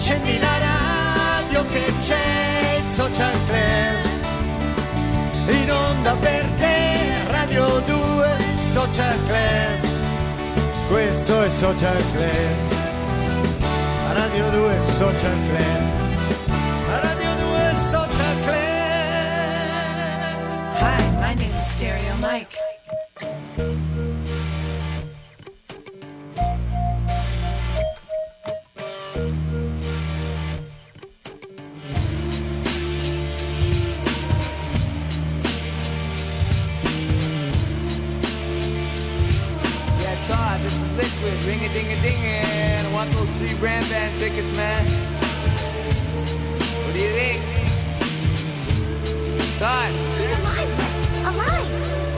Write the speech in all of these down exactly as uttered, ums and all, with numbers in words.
accendi la radio che c'è il Social Club, in onda per te Radio due Social Club, questo è Social Club, Radio due Social Club, Radio due Social Club. Hi, my name is Stereo Mike. Todd, this is Liquid, ring-a-ding-a-ding-a. I want those three brand band tickets, man. What do you think? Todd. He's alive, alive.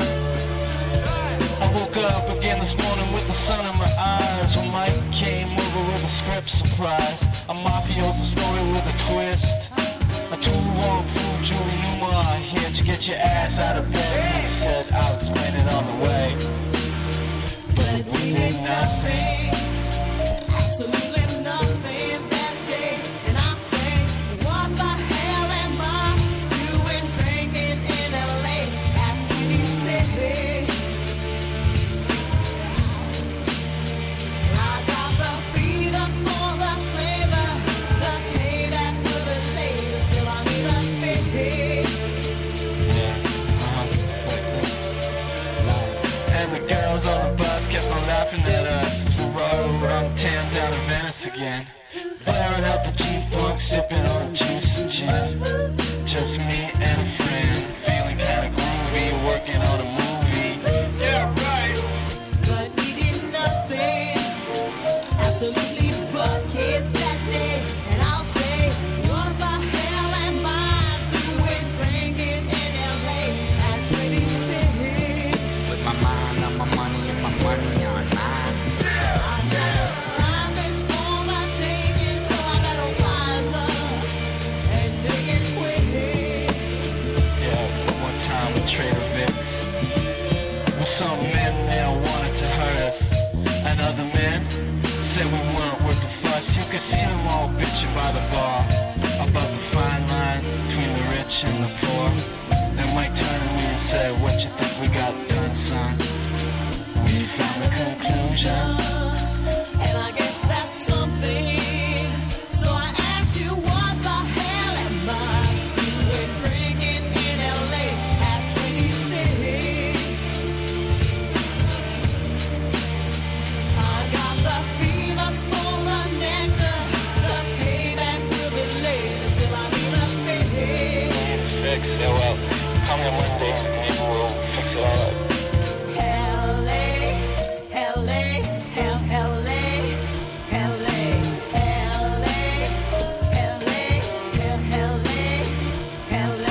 I woke up again this morning with the sun in my eyes when Mike came over with a script surprise. A mafioso story with a twist. A two-wrong fool, Julie Newmar, here to get your ass out of bed. He said, I'll explain it on the way. But we did nothing, absolutely nothing that day. And I say, what the hell am I doing drinking in L A at twenty-six? I got the fever for the flavor, the payback will be later, still I need a fix. And the girls on the bus kept on laughing at us. We rode around town down to Venice again, blaring out the G-Funk, sipping on juice and gin. Just me and a friend, feeling kind of groovy, working on a movie. Yeah, right. But we did nothing, absolutely butt kids that day. And I'll say, what the hell am I doing drinking in L A at twenty-six? With my mind on my money and my money on mine. Life is for the taking, so I better wise up and take it quick. Yeah, one more time with Trader Vic's. With some men there wanted to hurt us, and other men said we weren't worth the fuss. You could see them all bitching by the bar about the fine line between the rich and the poor. Then Mike turned to me and said, what you think we got done, son? We found the conclusion, and I guess that's something. So I asked you, what the hell am I doing drinking in L A at twenty-six? I got the fever for the nectar, the payback will be later, still I need a fix. Fix, yeah, well, call me on Monday, maybe we'll fix it all up. L A, L A, L L A, L A, L A, L A, L A, L A, L A,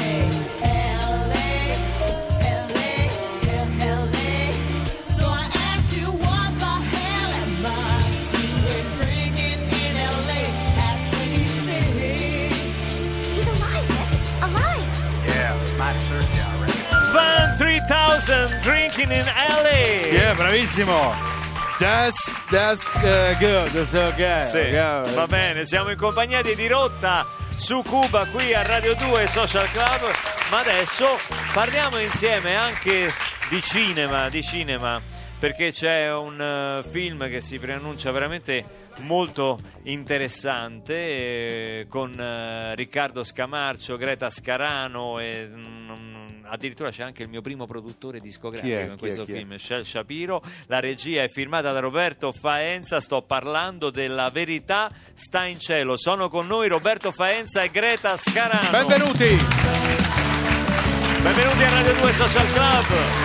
L A. So I asked you, what the hell am I doing drinking in L A at twenty-six? He's alive, alive. Yeah, my first guy, right? Van three thousand drinking in L A. Yeah, bravissimo. That's, that's uh, good, that's okay. Sì, okay. va bene, siamo in compagnia di Dirotta su Cuba qui a Radio due Social Club, ma adesso parliamo insieme anche di cinema, di cinema, perché c'è un uh, film che si preannuncia veramente molto interessante eh, con uh, Riccardo Scamarcio, Greta Scarano e mm, addirittura c'è anche il mio primo produttore discografico Chi è? in Chi questo è? Chi è? film, Shel Shapiro. La regia è firmata da Roberto Faenza. Sto parlando della Verità sta in cielo. Sono con noi Roberto Faenza e Greta Scarano. Benvenuti. Benvenuti a Radio due Social Club.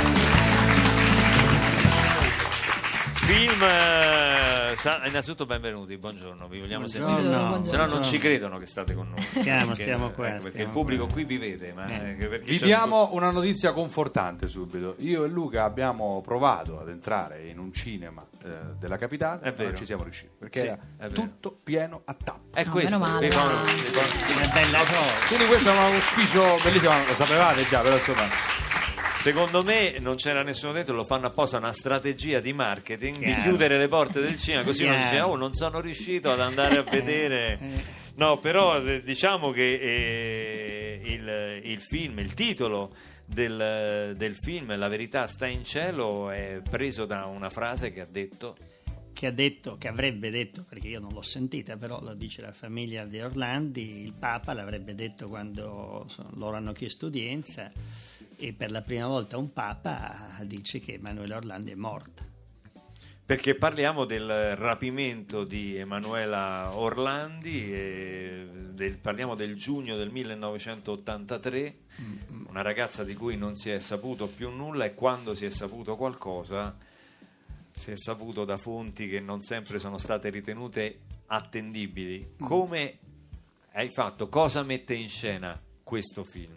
Film eh, sa- innanzitutto benvenuti, buongiorno, vi vogliamo Buongiorno. sentire, Buongiorno. se no non ci credono che state con noi. Stiamo, Perché- stiamo qua, ecco, perché stiamo il pubblico qua. qui vi vede, ma Eh. eh, perché Vi c'è- diamo una notizia confortante subito. Io e Luca abbiamo provato ad entrare in un cinema eh, della capitale, È ma vero. non ci siamo riusciti perché Sì, era è vero. tutto pieno a tappo. è No, questo. meno male. vi fanno- Dai. vi fanno- Una bella cosa. Quindi questo è un auspicio bellissimo, lo sapevate già, però insomma. Secondo me non c'era nessuno dentro, lo fanno apposta, una strategia di marketing di Chiaro. chiudere le porte del cinema, così uno Chiaro. dice oh non sono riuscito ad andare a vedere. No, però eh, diciamo che eh, il, il film, il titolo del, del film La verità sta in cielo è preso da una frase che ha detto che ha detto, che avrebbe detto, perché io non l'ho sentita, però lo dice la famiglia di Orlandi, il Papa l'avrebbe detto quando loro hanno chiesto udienza, e per la prima volta un Papa dice che Emanuela Orlandi è morta. Perché parliamo del rapimento di Emanuela Orlandi, e del, parliamo del giugno del millenovecentottantatré, mm-hmm. una ragazza di cui non si è saputo più nulla, e quando si è saputo qualcosa si è saputo da fonti che non sempre sono state ritenute attendibili. Come hai fatto? Cosa mette in scena questo film?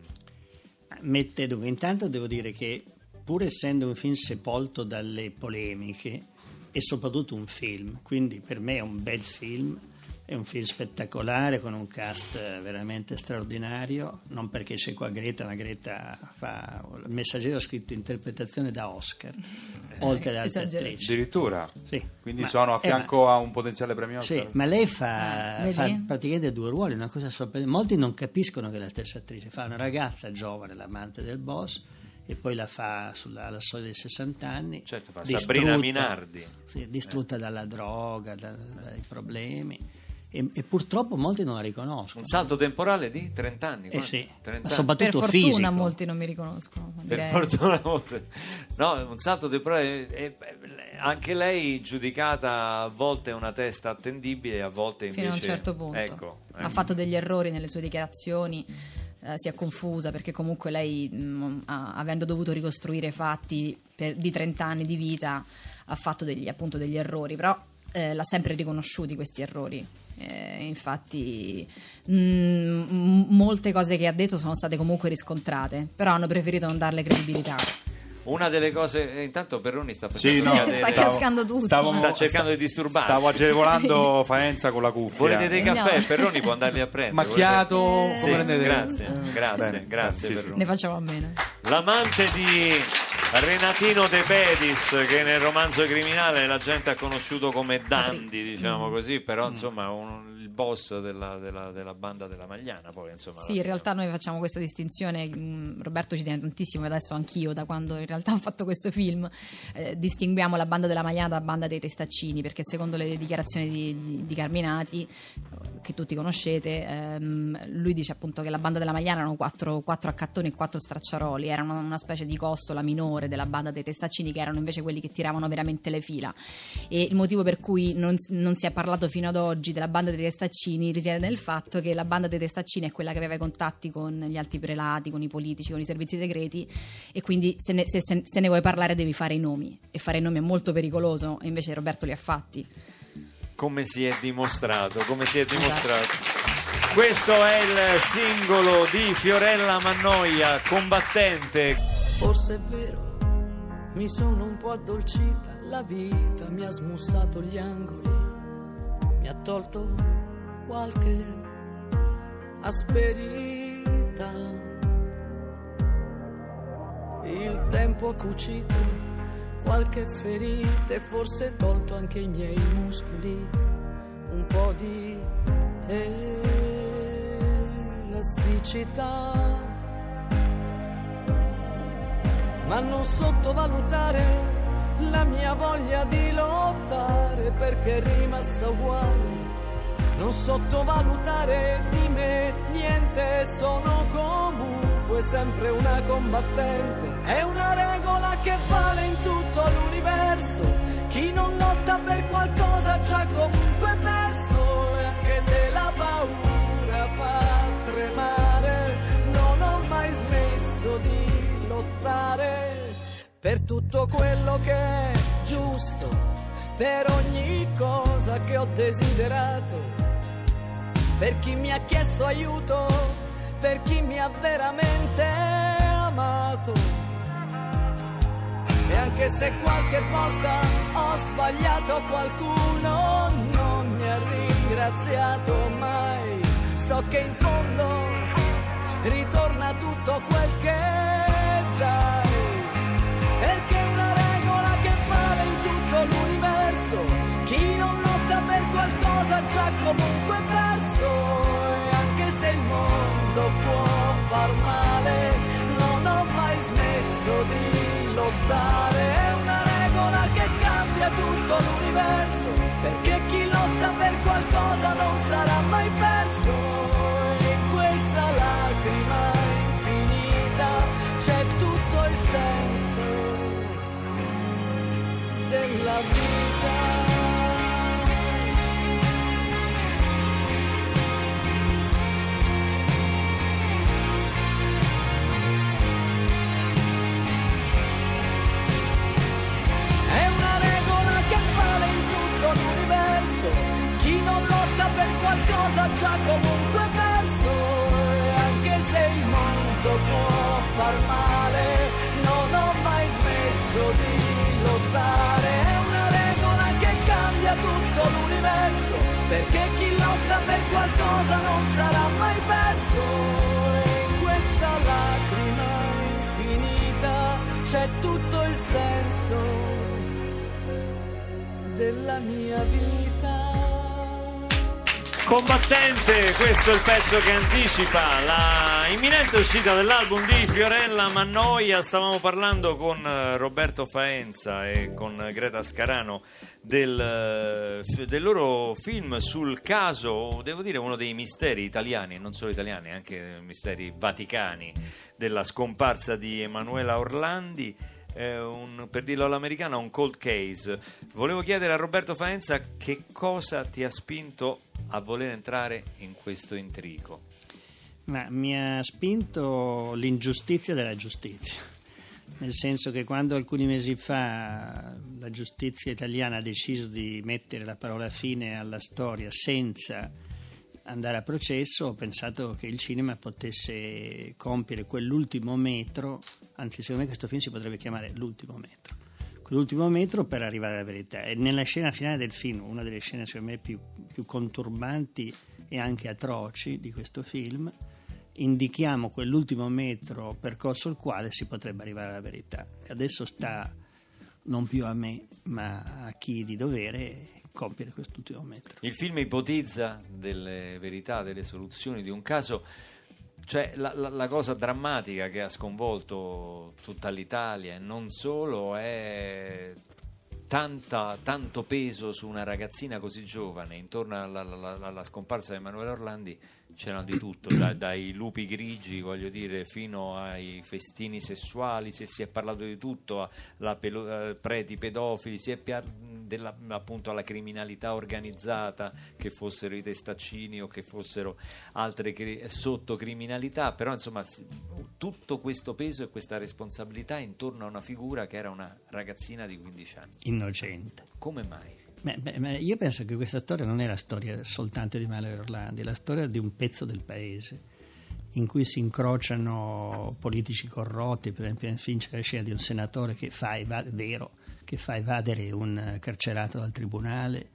Mette, dunque, intanto devo dire che pur essendo un film sepolto dalle polemiche, è soprattutto un film, quindi per me è un bel film, è un film spettacolare con un cast veramente straordinario, non perché c'è qua Greta, ma Greta fa, il Messaggero ha scritto interpretazione da Oscar, oltre alle altre attrici. Addirittura? Sì. Quindi Ma, sono a fianco eh, ma, a un potenziale premio Oscar? Sì, ma lei fa, ah, fa praticamente due ruoli, una cosa sorprendente. Molti non capiscono che è la stessa attrice, fa una ragazza giovane, l'amante del boss, e poi la fa sulla la storia dei sessanta anni, certo, fa Sabrina Minardi, sì, distrutta eh. dalla droga, da, dai problemi, e, e purtroppo molti non la riconoscono. Un salto temporale di trenta anni, eh sì, trenta ma soprattutto per fisico. fortuna molti non mi riconoscono, per direi. fortuna molti. No, un salto temporale, è, è, anche lei giudicata a volte una testa attendibile, a volte invece fino a un certo punto, ecco, ha ecco. fatto degli errori nelle sue dichiarazioni. Uh, si è confusa perché comunque lei mh, ha, avendo dovuto ricostruire fatti per, di trenta anni di vita, ha fatto degli, appunto degli errori, però eh, l'ha sempre riconosciuti questi errori, eh, infatti mh, molte cose che ha detto sono state comunque riscontrate, però hanno preferito non darle credibilità. Una delle cose, intanto Perroni sta facendo sì, no, cadere, sta cascando tutto, stavo, sta cercando di disturbare. Stavo agevolando Faenza con la cuffia. Volete dei caffè? No. Perroni può andarli a prendere. Macchiato, Volete... sì, prendete... grazie, eh, grazie, bene, grazie sì, Perroni. sì. Ne facciamo a meno. L'amante di Renatino De Pedis, che nel romanzo criminale la gente ha conosciuto come Dandy, diciamo così, però insomma un, il boss della, della, della banda della Magliana, poi insomma. Sì, in realtà noi facciamo questa distinzione, mh, Roberto ci tiene tantissimo, e adesso anch'io, da quando in realtà ho fatto questo film, eh, distinguiamo la banda della Magliana dalla banda dei Testaccini, perché secondo le dichiarazioni di, di, di Carminati, che tutti conoscete, ehm, lui dice appunto che la banda della Magliana erano quattro, quattro accattoni e quattro stracciaroli, erano una specie di costola minore della banda dei Testaccini, che erano invece quelli che tiravano veramente le fila, e il motivo per cui non, non si è parlato fino ad oggi della banda dei Testaccini risiede nel fatto che la banda dei Testaccini è quella che aveva i contatti con gli alti prelati, con i politici, con i servizi segreti, e quindi se ne, se, se, se ne vuoi parlare devi fare i nomi, e fare i nomi è molto pericoloso, e invece Roberto li ha fatti. Come si è dimostrato, come si è dimostrato. Questo è il singolo di Fiorella Mannoia, Combattente. Forse è vero, mi sono un po' addolcita, la vita mi ha smussato gli angoli, mi ha tolto qualche asperità. Il tempo ha cucito qualche ferita e forse tolto anche i miei muscoli, un po' di elasticità. Ma non sottovalutare la mia voglia di lottare, perché è rimasta uguale. Non sottovalutare di me niente, sono comunque sempre una combattente. È una regola che vale in tutto l'universo, chi non lotta per qualcosa già comunque perso. E anche se la paura fa tremare, non ho mai smesso di lottare per tutto quello che è giusto, per ogni cosa che ho desiderato, per chi mi ha chiesto aiuto, per chi mi ha veramente amato. E anche se qualche volta ho sbagliato qualcuno, non mi ha ringraziato mai, so che in fondo ritorna tutto quel che dai, perché è una regola che vale in tutto l'universo, chi non lotta per qualcosa già comunque perso. mondo può far male, non ho mai smesso di lottare. È una regola che cambia tutto l'universo, perché chi lotta per qualcosa non sarà mai perso. E in questa lacrima infinita c'è tutto il senso della vita. Qualcosa già comunque perso, e anche se il mondo può far male, non ho mai smesso di lottare. È una regola che cambia tutto l'universo, perché chi lotta per qualcosa non sarà mai perso. E in questa lacrima infinita c'è tutto il senso della mia vita. Combattente, questo è il pezzo che anticipa la imminente uscita dell'album di Fiorella Mannoia. Stavamo parlando con Roberto Faenza e con Greta Scarano del, del loro film sul caso, devo dire, uno dei misteri italiani, e non solo italiani, anche misteri vaticani, della scomparsa di Emanuela Orlandi. Eh, un, per dirlo all'americana, un cold case. Volevo chiedere a Roberto Faenza che cosa ti ha spinto a voler entrare in questo intrigo. Ma mi ha spinto l'ingiustizia della giustizia, nel senso che quando alcuni mesi fa la giustizia italiana ha deciso di mettere la parola fine alla storia senza andare a processo, ho pensato che il cinema potesse compiere quell'ultimo metro, anzi secondo me questo film si potrebbe chiamare L'ultimo metro, quell'ultimo metro per arrivare alla verità. E nella scena finale del film, una delle scene secondo me più, più conturbanti e anche atroci di questo film, indichiamo quell'ultimo metro percorso il quale si potrebbe arrivare alla verità. E adesso sta non più a me ma a chi di dovere compiere quest'ultimo metro. Il film ipotizza delle verità, delle soluzioni di un caso. Cioè la, la, la cosa drammatica che ha sconvolto tutta l'Italia e non solo è tanta, tanto peso su una ragazzina così giovane. Intorno alla, alla, alla scomparsa di Emanuela Orlandi c'erano di tutto, da, dai lupi grigi, voglio dire, fino ai festini sessuali, si, si è parlato di tutto, alla pelo, eh, preti pedofili, si è pia, della, appunto alla criminalità organizzata, che fossero i testaccini o che fossero altre cri, sottocriminalità, però insomma tutto questo peso e questa responsabilità intorno a una figura che era una ragazzina di quindici anni. Innocente. Come mai? Beh, beh, io penso che questa storia non è la storia soltanto di Emanuela Orlandi, è la storia di un pezzo del paese in cui si incrociano politici corrotti. Per esempio nel film c'è la scena di un senatore che fa evadere, vero, che fa evadere un carcerato dal tribunale,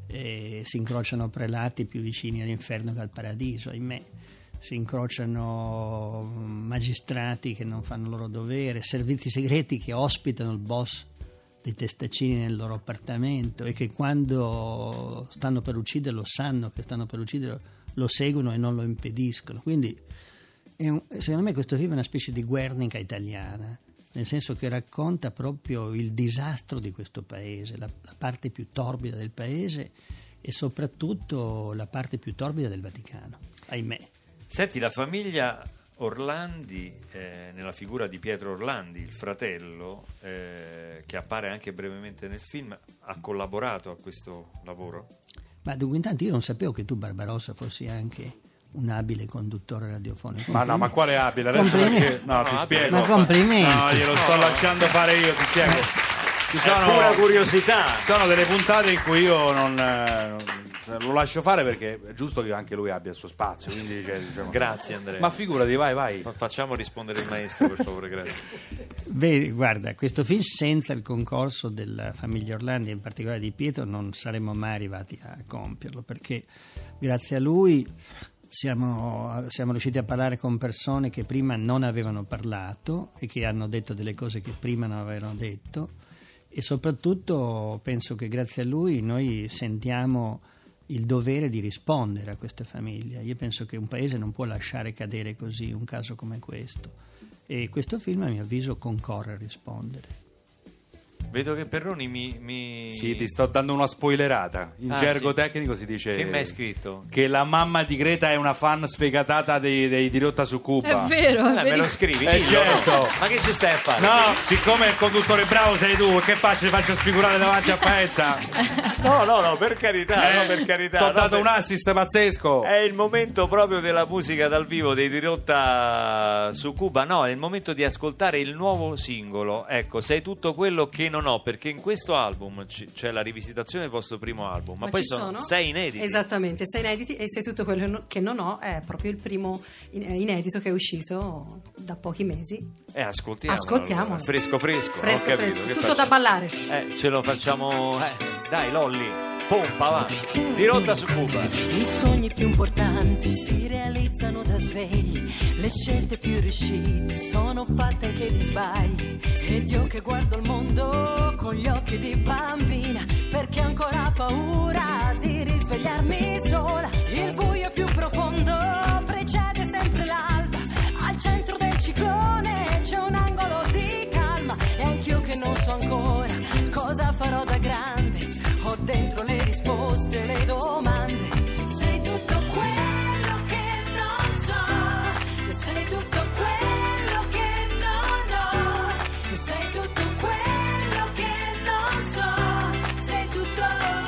e si incrociano prelati più vicini all'inferno che al paradiso, ahimè. Si incrociano magistrati che non fanno il loro dovere, servizi segreti che ospitano il boss dei testaccini nel loro appartamento e che quando stanno per ucciderlo sanno che stanno per ucciderlo, lo seguono e non lo impediscono. Quindi è un, secondo me questo film è una specie di Guernica italiana, nel senso che racconta proprio il disastro di questo paese, la, la parte più torbida del paese e soprattutto la parte più torbida del Vaticano, ahimè. Senti, la famiglia Orlandi, eh, nella figura di Pietro Orlandi, il fratello, eh, che appare anche brevemente nel film, ha collaborato a questo lavoro? Ma dunque, intanto io non sapevo che tu, Barbarossa, fossi anche un abile conduttore radiofonico. Ma no, ma quale abile? Adesso perché, no, ti no, spiego. Ma complimenti. No, glielo sto No. lasciando fare io, ti spiego. Ci sono, È pura curiosità. ci sono delle puntate in cui io non, eh, non lo lascio fare perché è giusto che anche lui abbia il suo spazio. Quindi, cioè, diciamo, Grazie Andrea. ma figurati, vai, vai. Fa- Facciamo rispondere il maestro, per favore, grazie. Beh, guarda, questo film senza il concorso della famiglia Orlandi, in particolare di Pietro, non saremmo mai arrivati a compierlo, perché grazie a lui siamo, siamo riusciti a parlare con persone che prima non avevano parlato e che hanno detto delle cose che prima non avevano detto, e soprattutto penso che grazie a lui noi sentiamo il dovere di rispondere a queste famiglie. Io penso che un paese non può lasciare cadere così un caso come questo, e questo film a mio avviso concorre a rispondere. Vedo che Perroni mi, mi... Sì, ti sto dando una spoilerata. In Ah, gergo sì. tecnico si dice Che mi hai scritto? che la mamma di Greta è una fan sfegatata dei, dei di Rotta su Cuba. È vero, è Eh, me vero. lo scrivi? Eh, Dillo, no? certo. Ma che ci stai a fare? No, siccome il conduttore bravo sei tu, che faccio? Ti faccio sfigurare davanti a Paezza? No, no, no, per carità, no, per carità. Ti ho no, dato per- un assist pazzesco. È il momento proprio della musica dal vivo dei Dirotta su Cuba. No, è il momento di ascoltare il nuovo singolo. Ecco, Sei tutto quello che non ho, perché in questo album c- c'è la rivisitazione del vostro primo album, ma, Ma poi ci sono sono sei inediti. Esattamente, sei inediti, e Se tutto quello che non ho è proprio il primo in- inedito che è uscito da pochi mesi. Eh, ascoltiamolo. Ascoltiamolo. allora. Fresco, fresco. Fresco, ho capito. fresco, Che tutto facciamo? da ballare. Eh, ce lo facciamo. Eh, dai, Lolli, pompa, va. Dirotta su Cuba. I sogni più importanti si realizzano da svegli, le scelte più riuscite sono fatte anche di sbagli, ed io che guardo il mondo con gli occhi di bambina, perché ho ancora paura di risvegliarmi sola. Il buio più profondo precede sempre l'alba, al centro del ciclone c'è un angolo di calma, e anch'io che non so ancora cosa farò da grande, ho dentro le risposte, le domande. Sei tutto quello che non so, sei tutto quello che non ho, sei tutto quello che non so, sei tutto,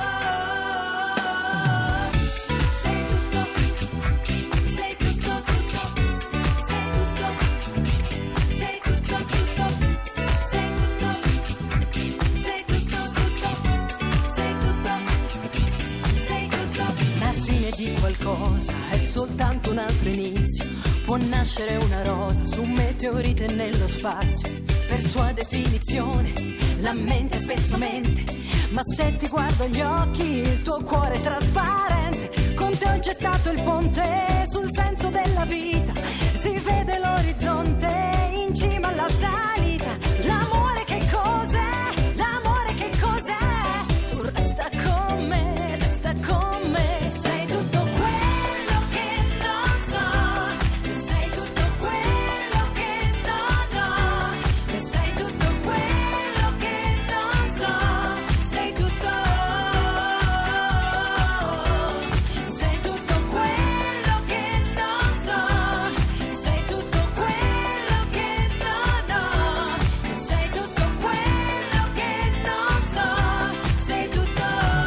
sei tutto, sei tutto, tutto, sei tutto, sei tutto, tutto, sei tutto, sei tutto, tutto, sei tutto, sei tutto. La fine di qualcosa è soltanto un altro inizio, può nascere una rosa su un meteorite nello spazio, per sua definizione la mente spesso mente, ma se ti guardo agli occhi il tuo cuore è trasparente. Con te ho gettato il ponte sul senso della vita, si vede l'orizzonte in cima alla salita. L'amore che cos'è? L'amore che cos'è? Tu resta con me, resta con me. Sei tutto quello che non so, sei tutto quello che non ho, sei tutto quello che non so, sei tutto, sei tutto quello che non so, sei tutto quello che non ho, sei tutto quello che non so, sei tutto,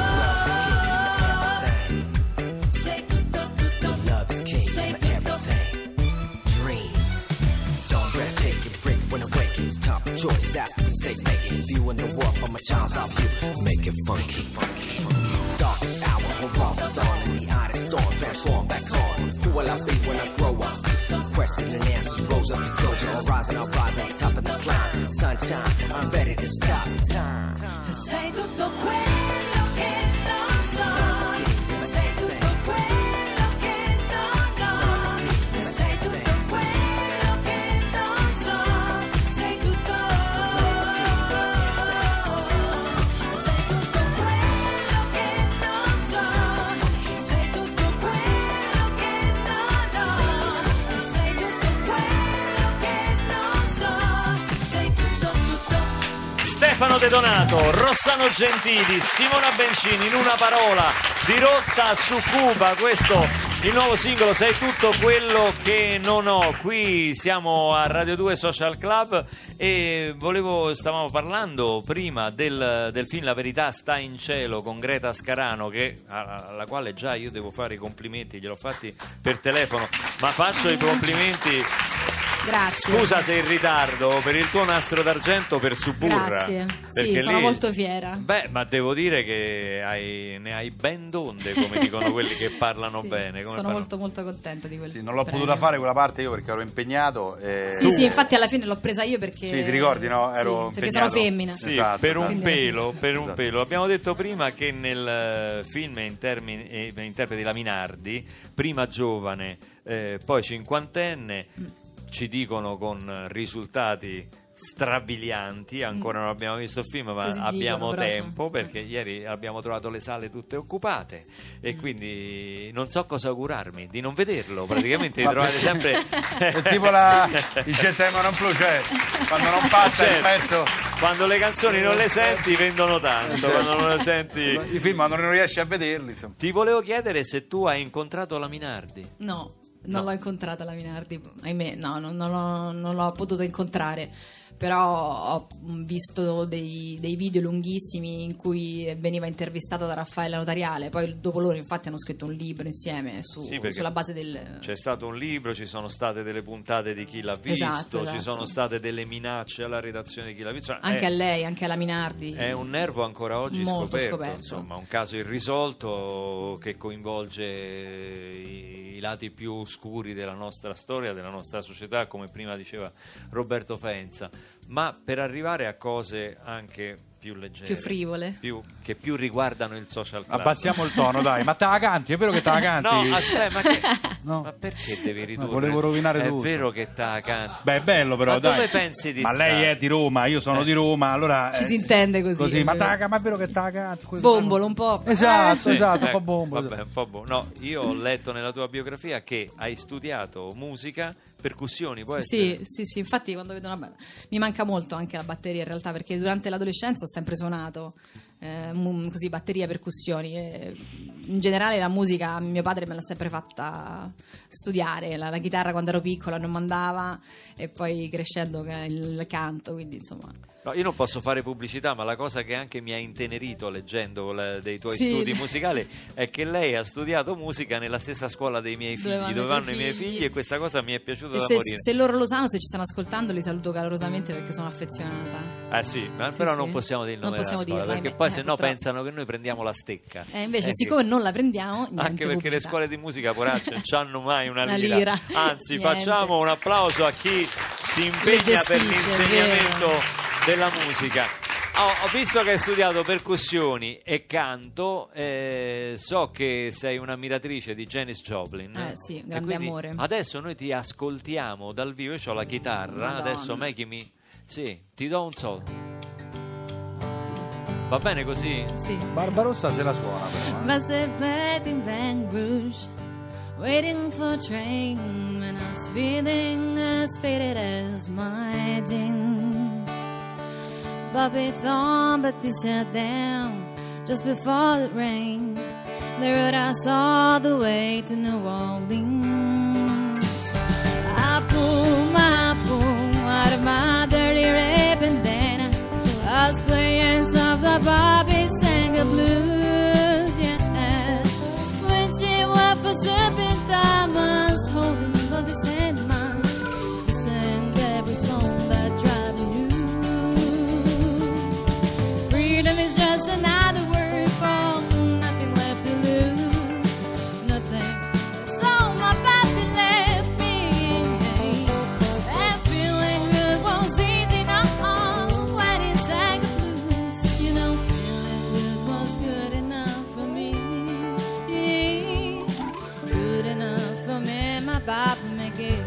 sei tutto, tutto, Love is king, sei my tutto. everything. Dreams. Don't grab, take it, break when awaken. Top choice after mistake making. Viewing the world from a child's eye view. Make it funky. Darkest hour, horizons on, and the hottest dawn transform back on. Who will I be when I grow up? Questions and answers rose up to closure. All rising, I'll rise at the top of the climb. Sunshine, I'm ready to stop time. Sei tutto quello che non so, sei tutto quello che non ho, sei tutto quello che non so, sei tutto, sei tutto quello che non so, sei tutto quello che non ho, sei tutto quello che non so, sei tutto, tutto. Stefano De Donato, Rossano Gentili, Simona Bencini, in una parola, Dirotta su Cuba, questo il nuovo singolo Sei tutto quello che non ho. Qui siamo a Radio due Social Club e volevo, stavamo parlando prima del, del film La verità sta in cielo con Greta Scarano, che, alla quale già io devo fare i complimenti, gliel'ho fatti per telefono, ma faccio i complimenti. Grazie. Scusa se in ritardo per il tuo nastro d'argento per Suburra. Grazie. Perché Sì, sono lì- molto fiera. Beh, ma devo dire che hai- ne hai ben donde, come dicono quelli che parlano Sì, bene. Come sono fanno? molto molto contenta di quel Sì, non l'ho premio. potuta fare quella parte io perché ero impegnato. E... Sì, sì, infatti alla fine l'ho presa io perché Sì, ti ricordi, no? Ero sì, perché impegnato. sono femmina. Sì, Esatto, per un esatto. pelo, per un Esatto. pelo. Abbiamo detto prima che nel eh, film in termini, eh, interpreti la Minardi, prima giovane, eh, poi cinquantenne, ci dicono con risultati strabilianti. Ancora non abbiamo visto il film, ma Così abbiamo dicono, però tempo, perché ieri abbiamo trovato le sale tutte occupate e quindi non so cosa augurarmi di non vederlo. Praticamente vi trovate sempre È tipo la il Centema non plus, cioè quando non passa il Certo. pezzo, quando le canzoni non le senti vendono tanto, quando non le senti. i film quando non riesci a vederli, insomma. Ti volevo chiedere se tu hai incontrato la Minardi. No, non l'ho incontrata la Minardi, ahimè, no, non, non l'ho, non l'ho potuto incontrare. Però ho visto dei, dei video lunghissimi in cui veniva intervistata da Raffaella Notariale. Poi dopo loro infatti hanno scritto un libro insieme su, Sì, perché sulla base del... C'è stato un libro, ci sono state delle puntate di Chi l'ha visto, Esatto, ci esatto. sono state delle minacce alla redazione di Chi l'ha visto. Cioè, Anche è, a lei, anche alla Minardi. è un nervo ancora oggi Molto scoperto, scoperto. insomma, un caso irrisolto che coinvolge i, i lati più oscuri della nostra storia, della nostra società, come prima diceva Roberto Faenza. Ma per arrivare a cose anche più leggere, Più frivole. più- che più riguardano il social club. Abbassiamo il tono, dai. Ma te la canti? È vero che te la canti? No, aspetta, ma, che- No. ma perché devi ridurre? volevo rovinare è tutto. vero che te la canti. Beh, è bello però, Ma dai. dove pensi di Ma stare? lei è di Roma, io sono Eh. di Roma, allora Ci eh, si intende così. è ma, vero. taga, ma è vero che te la canti? Così- Bombolo un po'. Esatto, Eh, sì, esatto, un ecco, po' bombo. Vabbè, un po' bombo. No, io ho letto nella tua biografia che hai studiato musica, percussioni, può essere? Sì, sì, sì, infatti quando vedo una ba- mi manca molto anche la batteria in realtà, perché durante l'adolescenza ho sempre suonato eh, mu- così batteria, percussioni e in generale la musica mio padre me l'ha sempre fatta studiare, la, la chitarra quando ero piccola non mandava e poi crescendo che il, il canto, quindi insomma. No, io non posso fare pubblicità, ma la cosa che anche mi ha intenerito leggendo la- dei tuoi Sì. studi musicali è che lei ha studiato musica nella stessa scuola dei miei figli, Dove vanno dove i tuoi vanno i miei figli. figli, e questa cosa mi è piaciuta E da se, morire. se loro lo sanno, se ci stanno ascoltando, li saluto calorosamente perché sono affezionata. Eh sì, ma Sì, però sì. non possiamo dire il Non nome della possiamo scuola, dirlo, perché ahimè. poi Eh, se no purtroppo. pensano che noi prendiamo la stecca. E invece, Eh, siccome non la prendiamo, niente anche perché le pubblicità. scuole di musica, poracce, non hanno mai una Una lira. lira. Anzi, Niente. facciamo un applauso a chi si impegna gestisce, per è l'insegnamento vero. della musica. Oh, ho visto che hai studiato percussioni e canto, eh, so che sei un'ammiratrice di Janis Joplin. Eh sì, E grande quindi amore. Adesso noi ti ascoltiamo dal vivo, io ho la chitarra, Madonna. adesso Maggie mi... Sì, ti do un soldo. Va bene così? Sì. Barbarossa se la suona però. eh. But they played in Baton Rouge, waiting for a train, and I was feeling as faded as my jeans. Bobby thought, but they sat down just before it rained. They rode us all the way to New Orleans. I pulled my pool out of my dirty red bandana. I was playing soft like Bobby sang the blues, yeah. When she went for serpent diamonds, holding Bobby's hand in mine, he sang every song that tribe knew. Freedom is just another word for nothing left to lose, nothing. That's all my papi left me. And feeling good was easy now when he sang the blues. You know, feeling good was good enough for me. Good enough for me, my Papa McGee.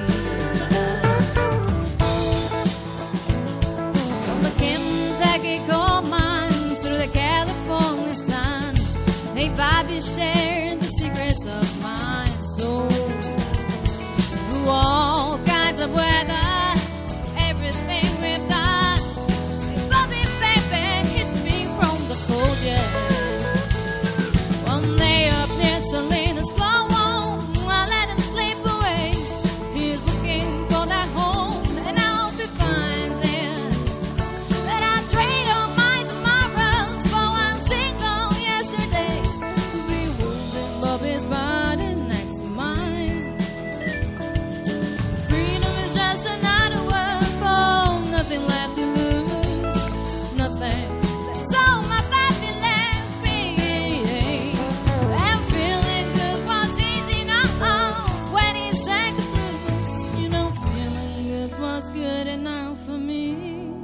From the Kentucky coal mines through the California sun, hey, Bobby shared the secrets of my soul. Through all kinds of weather, everything we've done, Bobby, baby, hit me from the cold, yeah. One day up near Salinas, flow on, I let him sleep away. He's looking for that home, and I hope he finds it. That I trade all my tomorrows for one single yesterday, to be holding Bobby's body next to mine. Freedom is just another word for nothing left to lose, nothing. That's all my baby left me. And feeling good was easy now when he sang the blues. You know, feeling good was good enough for me.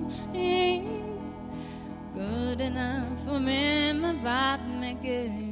Good enough for me, my Bob McGee.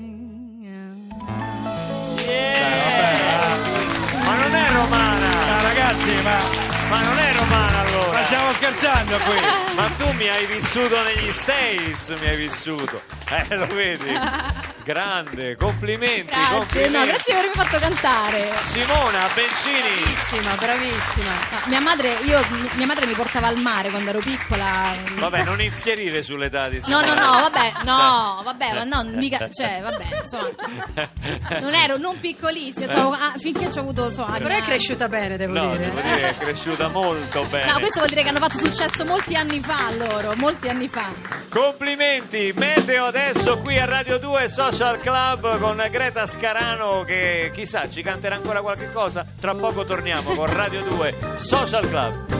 Ma non è romana! Ah, ragazzi, ma, Ma non è romana allora! ma stiamo scherzando qui. Ma tu mi hai vissuto negli States, mi hai vissuto. Eh, lo vedi? Grande, complimenti, Grazie, complimenti. no, grazie per avermi fatto cantare. Simona Bencini. Bravissima, bravissima. No, mia madre, io, mi- mia madre mi portava al mare quando ero piccola. Vabbè, non infierire sull'età di No, Simona. no, no, vabbè, no, vabbè, ma no, mica, cioè, vabbè, insomma, non ero non piccolissima, insomma, ah, finché ci ho avuto, insomma, Però è cresciuta bene, devo No, dire. devo dire che è cresciuta molto bene. No, questo vuol dire che hanno fatto successo molti anni fa loro, molti anni fa. Complimenti, Meteo adesso qui a Radio due Social Club con Greta Scarano che chissà ci canterà ancora qualche cosa. Tra poco torniamo con Radio due Social Club.